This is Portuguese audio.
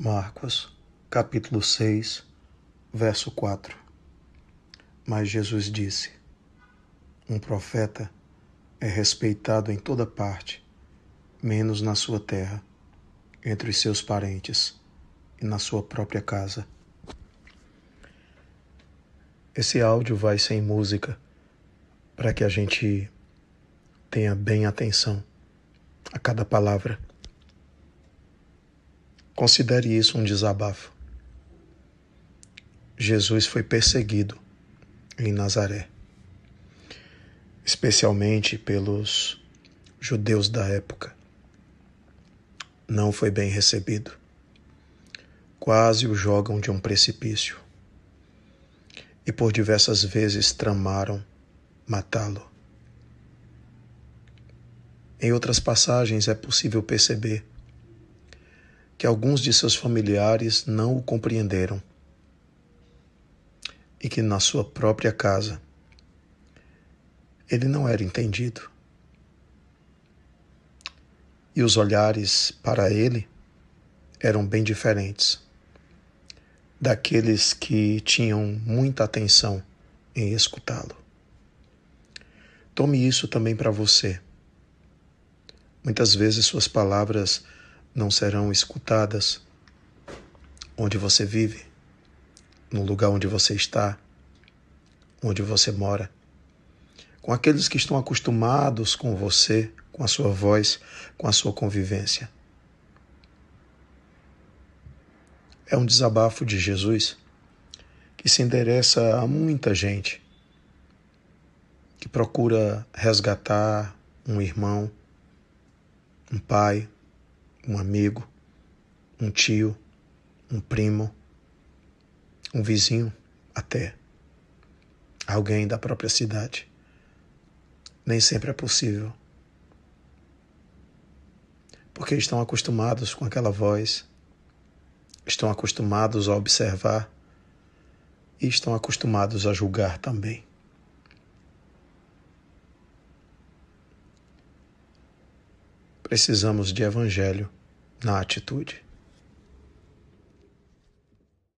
Marcos, capítulo 6, verso 4. Mas Jesus disse: um profeta é respeitado em toda parte, menos na sua terra, entre os seus parentes e na sua própria casa. Esse áudio vai sem música para que a gente tenha bem atenção a cada palavra. Considere isso um desabafo. Jesus foi perseguido em Nazaré, especialmente pelos judeus da época. Não foi bem recebido. Quase o jogam de um precipício. E por diversas vezes tramaram matá-lo. Em outras passagens é possível perceber que alguns de seus familiares não o compreenderam e que na sua própria casa ele não era entendido. E os olhares para ele eram bem diferentes daqueles que tinham muita atenção em escutá-lo. Tome isso também para você. Muitas vezes suas palavras não serão escutadas onde você vive, no lugar onde você está, onde você mora, com aqueles que estão acostumados com você, com a sua voz, com a sua convivência. É um desabafo de Jesus que se endereça a muita gente que procura resgatar um irmão, um pai, um amigo, um tio, um primo, um vizinho, até alguém da própria cidade. Nem sempre é possível, porque estão acostumados com aquela voz, estão acostumados a observar e estão acostumados a julgar também. Precisamos de evangelho na atitude.